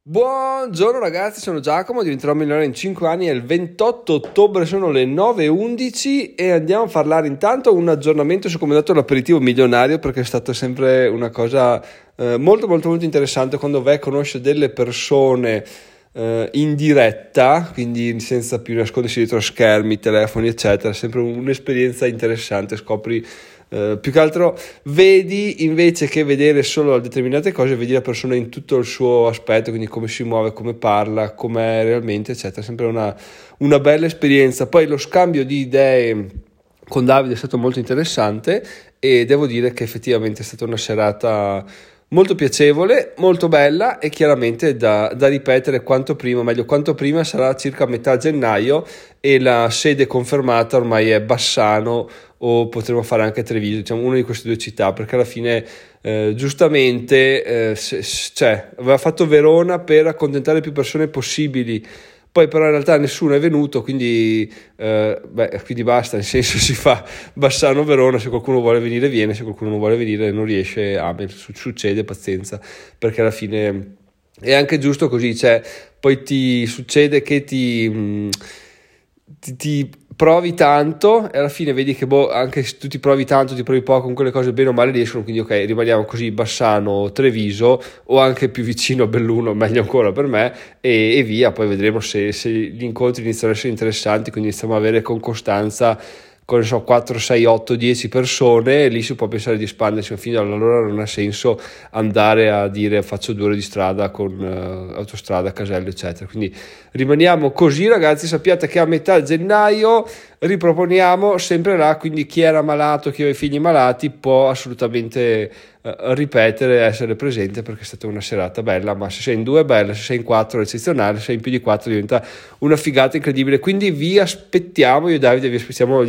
Buongiorno ragazzi, sono Giacomo, diventerò milionario in 5 anni, è il 28 ottobre, sono le 9:11 e andiamo a parlare intanto un aggiornamento su come è andato l'aperitivo milionario, perché è stata sempre una cosa molto interessante quando vai a conoscere delle persone in diretta, quindi senza più nascondersi dietro schermi, telefoni eccetera. È sempre un'esperienza interessante, scopri più che altro, vedi, invece che vedere solo determinate cose, vedi la persona in tutto il suo aspetto, quindi come si muove, come parla, com'è realmente eccetera. Sempre una bella esperienza. Poi lo scambio di idee con Davide è stato molto interessante e devo dire che effettivamente è stata una serata molto piacevole, molto bella e chiaramente da ripetere quanto prima. Sarà circa a metà gennaio e la sede confermata ormai è Bassano, o potremo fare anche Treviso, diciamo una di queste due città, perché alla fine giustamente aveva fatto Verona per accontentare più persone possibili. Poi però in realtà nessuno è venuto, quindi basta, nel senso si fa Bassano-Verona, se qualcuno vuole venire viene, se qualcuno non vuole venire non riesce, succede, pazienza, perché alla fine è anche giusto così, poi ti succede che ti provi tanto e alla fine vedi che anche se tu ti provi tanto, ti provi poco, con quelle cose bene o male riescono, quindi ok, rimaniamo così Bassano, Treviso o anche più vicino a Belluno, meglio ancora per me, e via. Poi vedremo se gli incontri iniziano ad essere interessanti, quindi iniziamo a avere con costanza 4, 6, 8, 10 persone, e lì si può pensare di espandersi, ma fino allora non ha senso andare a dire faccio 2 ore di strada con autostrada, casello eccetera. Quindi rimaniamo così ragazzi, sappiate che a metà gennaio riproponiamo sempre là, quindi chi era malato, chi aveva i figli malati può assolutamente ripetere, essere presente, perché è stata una serata bella. Ma se sei in 2 è bella, se sei in 4 è eccezionale, se sei in più di 4 diventa una figata incredibile. Quindi vi aspettiamo, io e Davide vi aspettiamo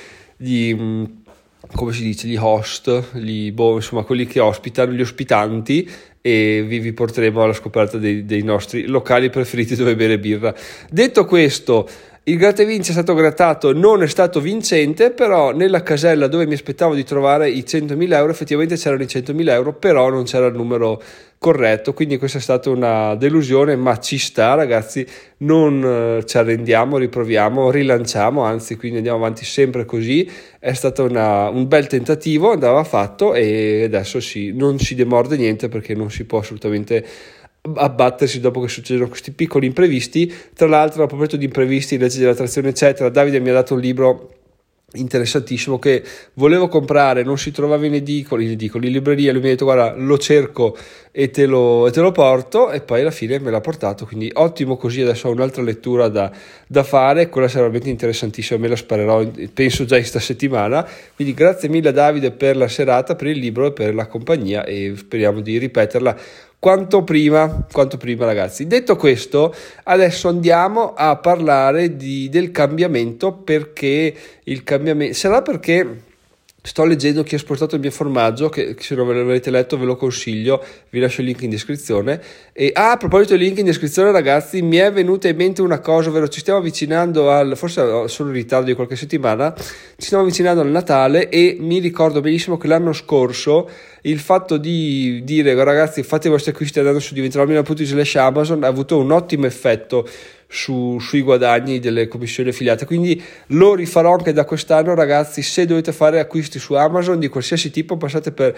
come si dice, gli host, insomma quelli che ospitano, gli ospitanti, e vi porteremo alla scoperta dei nostri locali preferiti dove bere birra. Detto questo, il gratta e vinci è stato grattato, non è stato vincente, però nella casella dove mi aspettavo di trovare i 100.000 euro effettivamente c'erano i 100.000 euro, però non c'era il numero corretto, quindi questa è stata una delusione, ma ci sta ragazzi, non ci arrendiamo, riproviamo, rilanciamo, anzi, quindi andiamo avanti sempre così. È stato un bel tentativo, andava fatto, e adesso non si demorde niente, perché non si può assolutamente abbattersi dopo che succedono questi piccoli imprevisti. Tra l'altro, a proposito di imprevisti, legge dell'attrazione eccetera, Davide mi ha dato un libro interessantissimo che volevo comprare, non si trovava in libreria. Lui mi ha detto guarda, lo cerco e te lo porto, e poi alla fine me l'ha portato, quindi ottimo così. Adesso ho un'altra lettura da fare, quella sarà veramente interessantissima, me la sparerò penso già in sta settimana. Quindi grazie mille a Davide per la serata, per il libro e per la compagnia, e speriamo di ripeterla quanto prima ragazzi. Detto questo, adesso andiamo a parlare del cambiamento, perché il cambiamento sarà perché sto leggendo Chi ha spostato il mio formaggio, che se non ve l'avete letto ve lo consiglio, vi lascio il link in descrizione. E a proposito del link in descrizione ragazzi, mi è venuta in mente una cosa, ovvero ci stiamo avvicinando forse sono in ritardo di qualche settimana, ci stiamo avvicinando al Natale, e mi ricordo benissimo che l'anno scorso il fatto di dire ragazzi fate i vostri acquisti andando su diventeròmilionario.it/Amazon ha avuto un ottimo effetto sui guadagni delle commissioni affiliate, quindi lo rifarò anche da quest'anno ragazzi. Se dovete fare acquisti su Amazon di qualsiasi tipo, passate per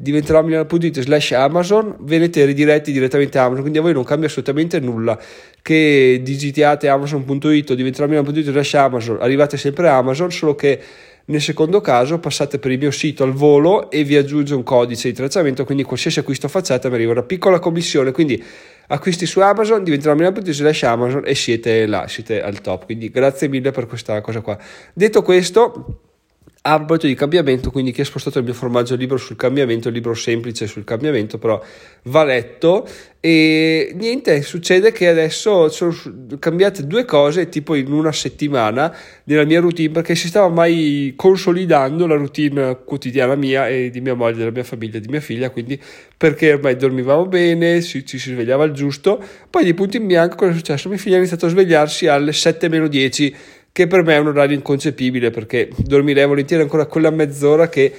diventeròmilionario.it/Amazon, venite ridiretti direttamente a Amazon, quindi a voi non cambia assolutamente nulla che digitiate amazon.it o diventeròmilionario.it/Amazon, arrivate sempre a Amazon, solo che nel secondo caso passate per il mio sito al volo e vi aggiunge un codice di tracciamento, quindi qualsiasi acquisto facciate mi arriva una piccola commissione. Quindi acquisti su Amazon, diventeròmilionario.it/Amazon, e siete al top, quindi grazie mille per questa cosa qua. Detto questo, a proposito di cambiamento, quindi Chi ha spostato il mio formaggio, libro sul cambiamento, libro semplice sul cambiamento, però va letto. E niente, succede che adesso sono cambiate 2 cose tipo in una settimana nella mia routine, perché si stava mai consolidando la routine quotidiana mia e di mia moglie, della mia famiglia, di mia figlia, quindi perché ormai dormivamo bene, ci si svegliava al giusto. Poi di punto in bianco cosa è successo? Mia figlia ha iniziato a svegliarsi alle 7:10, che per me è un orario inconcepibile, perché dormirei volentieri ancora quella mezz'ora che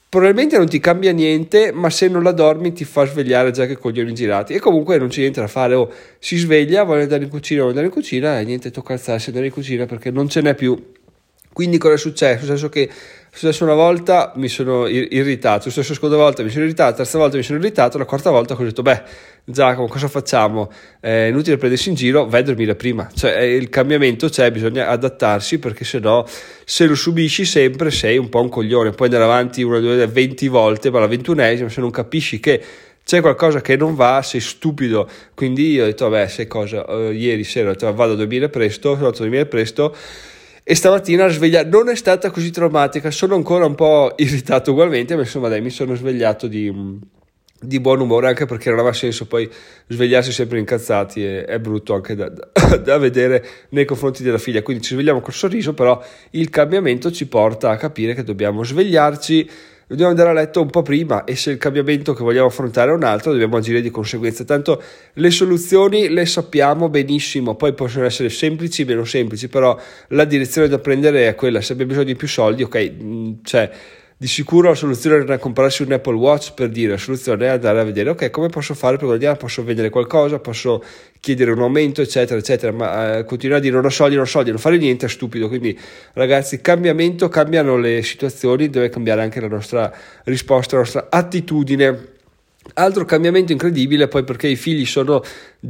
probabilmente non ti cambia niente, ma se non la dormi ti fa svegliare già che coglioni girati, e comunque non c'è niente da fare. Si sveglia, vuole andare in cucina e niente, tocca alzarsi e andare in cucina perché non ce n'è più. Quindi cosa è successo? È successo che una volta mi sono irritato, la seconda volta mi sono irritato, la terza volta mi sono irritato, la quarta volta ho detto Giacomo, cosa facciamo? È inutile prendersi in giro, vai a dormire prima. Cioè il cambiamento c'è, bisogna adattarsi, perché sennò se lo subisci sempre sei un po' un coglione, puoi andare avanti 1, 2, 20 volte, ma la 21esima se non capisci che c'è qualcosa che non va, sei stupido. Quindi io ho detto sai cosa, ieri sera ho detto, vado a dormire presto, sono andato a dormire presto. E stamattina la sveglia non è stata così traumatica, sono ancora un po' irritato ugualmente, ma insomma mi sono svegliato di buon umore, anche perché non aveva senso poi svegliarsi sempre incazzati, è brutto anche da vedere nei confronti della figlia. Quindi ci svegliamo col sorriso, però il cambiamento ci porta a capire che dobbiamo svegliarci, dobbiamo andare a letto un po' prima, e se il cambiamento che vogliamo affrontare è un altro, dobbiamo agire di conseguenza. Tanto le soluzioni le sappiamo benissimo, poi possono essere semplici, meno semplici, però la direzione da prendere è quella. Se abbiamo bisogno di più soldi, cioè di sicuro la soluzione non è comprarsi un Apple Watch, per dire, la soluzione è andare a vedere come posso fare per guadagnare, posso vendere qualcosa, posso chiedere un aumento, eccetera eccetera, ma continuare a dire non ho soldi, non fare niente è stupido. Quindi ragazzi, cambiamento, cambiano le situazioni, deve cambiare anche la nostra risposta, la nostra attitudine. Altro cambiamento incredibile, poi, perché i figli sono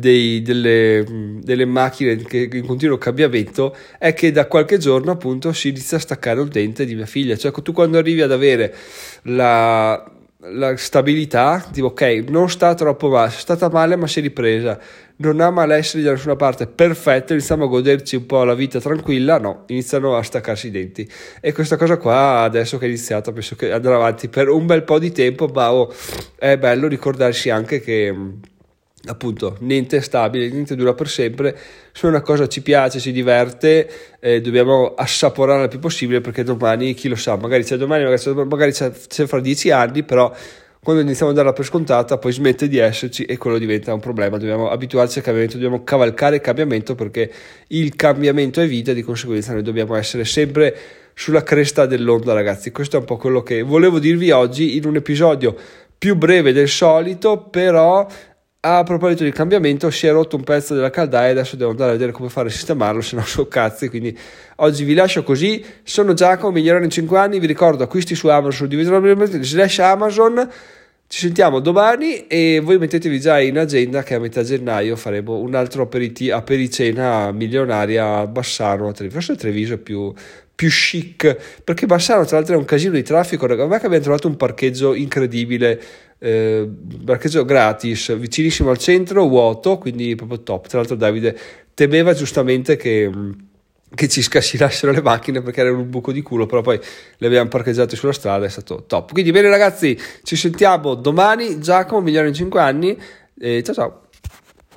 delle macchine che in continuo cambiamento, è che da qualche giorno appunto si inizia a staccare un dente di mia figlia. Cioè tu quando arrivi ad avere la stabilità, tipo non sta troppo male, è stata male ma si è ripresa, non ha malessere da nessuna parte, perfetto, iniziamo a goderci un po' la vita tranquilla, no, iniziano a staccarsi i denti. E questa cosa qua, adesso che è iniziata, penso che andrà avanti per un bel po' di tempo, ma è bello ricordarsi anche che appunto niente è stabile, niente dura per sempre. Se una cosa ci piace, ci diverte, dobbiamo assaporarla il più possibile, perché domani, chi lo sa, magari c'è domani, magari c'è fra 10 anni, però quando iniziamo a darla per scontata poi smette di esserci e quello diventa un problema. Dobbiamo abituarci al cambiamento, dobbiamo cavalcare il cambiamento, perché il cambiamento è vita, di conseguenza noi dobbiamo essere sempre sulla cresta dell'onda, ragazzi. Questo è un po' quello che volevo dirvi oggi in un episodio più breve del solito, però a proposito di cambiamento si è rotto un pezzo della caldaia, adesso devo andare a vedere come fare a sistemarlo, se no so cazzi. Quindi oggi vi lascio così. Sono Giacomo, migliorare in 5 anni, vi ricordo, acquisti su Amazon, /Amazon. Ci sentiamo domani, e voi mettetevi già in agenda che a metà gennaio faremo un altro apericena milionaria a Bassano, forse Treviso è più chic, perché Bassano tra l'altro è un casino di traffico. Raga, che abbiamo trovato un parcheggio incredibile, parcheggio gratis vicinissimo al centro, vuoto, quindi proprio top. Tra l'altro Davide temeva giustamente che ci scasinassero le macchine perché erano un buco di culo, però poi le abbiamo parcheggiate sulla strada, è stato top. Quindi bene ragazzi, ci sentiamo domani. Giacomo, migliore in 5 anni, e ciao ciao.